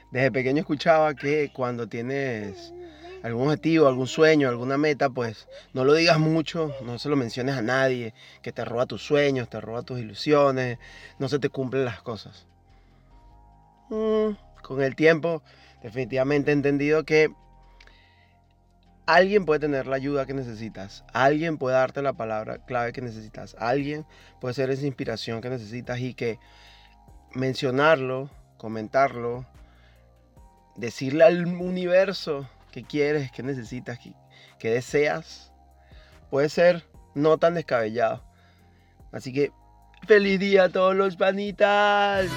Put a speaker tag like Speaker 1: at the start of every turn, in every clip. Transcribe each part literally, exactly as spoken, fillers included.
Speaker 1: Desde pequeño escuchaba que cuando tienes algún objetivo, algún sueño, alguna meta, pues no lo digas mucho, no se lo menciones a nadie, que te roba tus sueños, te roba tus ilusiones, no se te cumplen las cosas. Mm, con el tiempo, definitivamente he entendido que alguien puede tener la ayuda que necesitas, alguien puede darte la palabra clave que necesitas, alguien puede ser esa inspiración que necesitas y que mencionarlo, comentarlo, decirle al universo qué quieres, qué necesitas, qué, qué deseas, puede ser no tan descabellado. Así que feliz día a todos los panitas.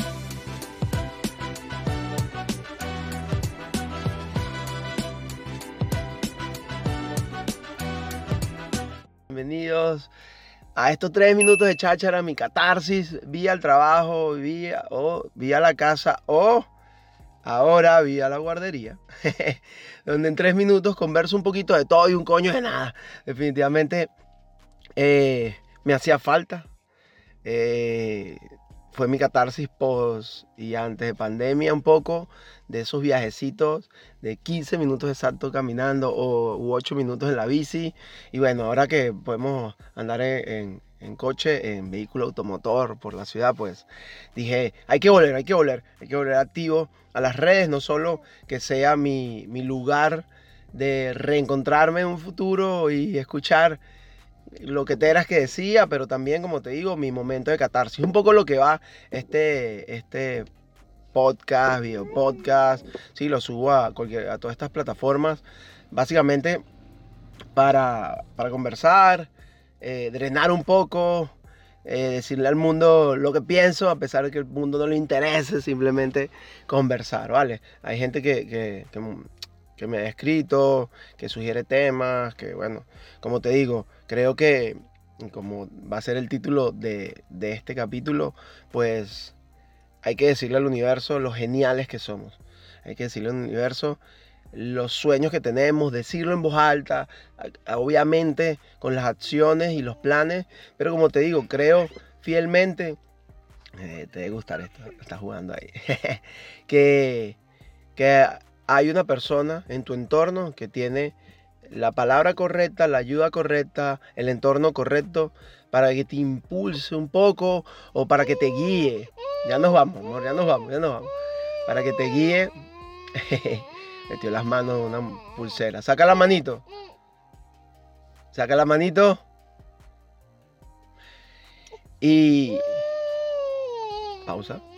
Speaker 1: Bienvenidos a estos tres minutos de cháchara, mi catarsis, vía el trabajo, vía, o vía la casa o ahora vía la guardería, donde en tres minutos converso un poquito de todo y un coño de nada. Definitivamente eh, me hacía falta. Eh, fue mi catarsis post y antes de pandemia un poco, de esos viajecitos de quince minutos exactos caminando o u ocho minutos en la bici. Y bueno, ahora que podemos andar en, en, en coche, en vehículo automotor por la ciudad, pues dije, hay que volver, hay que volver, hay que volver activo a las redes, no solo que sea mi, mi lugar de reencontrarme en un futuro y escuchar lo que te eras que decía, pero también, como te digo, mi momento de catarsis. Un poco lo que va este, este podcast, video podcast, sí, lo subo a, cualquier, a todas estas plataformas, básicamente para, para conversar, eh, drenar un poco, eh, decirle al mundo lo que pienso, a pesar de que el mundo no le interese, simplemente conversar, ¿vale? Hay gente que, que, que que me ha escrito, que sugiere temas, que bueno, como te digo, creo que como va a ser el título de, de este capítulo, pues hay que decirle al universo lo geniales que somos. Hay que decirle al universo los sueños que tenemos, decirlo en voz alta, obviamente con las acciones y los planes, pero como te digo, creo fielmente, eh, te debe gustar esto, estás jugando ahí, que, que hay una persona en tu entorno que tiene la palabra correcta, la ayuda correcta, el entorno correcto para que te impulse un poco o para que te guíe. Ya nos vamos, amor, ya nos vamos, ya nos vamos. Para que te guíe. Metió las manos en una pulsera. Saca la manito. Saca la manito. Y... pausa.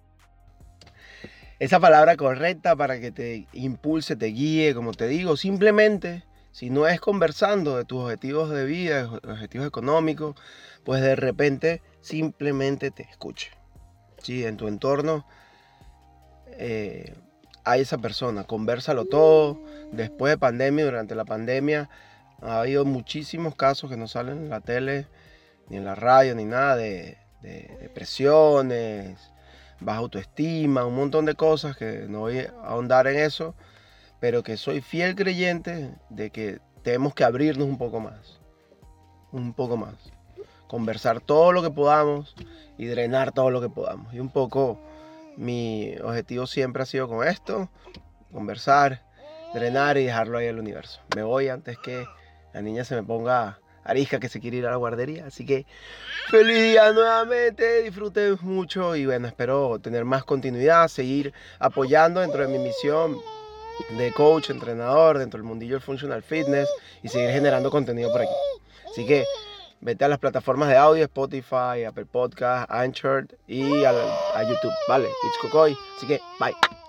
Speaker 1: Esa palabra correcta para que te impulse, te guíe, como te digo, simplemente, si no es conversando de tus objetivos de vida, objetivos económicos, pues de repente simplemente te escuche. Sí, en tu entorno eh, hay esa persona, convérsalo todo. Después de pandemia, durante la pandemia, ha habido muchísimos casos que no salen en la tele, ni en la radio, ni nada, de, de depresiones, baja autoestima, un montón de cosas que no voy a ahondar en eso, pero que soy fiel creyente de que tenemos que abrirnos un poco más, un poco más, conversar todo lo que podamos y drenar todo lo que podamos. Y un poco mi objetivo siempre ha sido con esto, conversar, drenar y dejarlo ahí al universo. Me voy antes que la niña se me ponga arisca que se quiere ir a la guardería, así que feliz día nuevamente, disfruten mucho y bueno, espero tener más continuidad, seguir apoyando dentro de mi misión de coach, entrenador, dentro del mundillo del functional fitness y seguir generando contenido por aquí. Así que vete a las plataformas de audio, Spotify, Apple Podcast, Anchor y a, a YouTube, ¿vale? It's Cocoy, así que bye.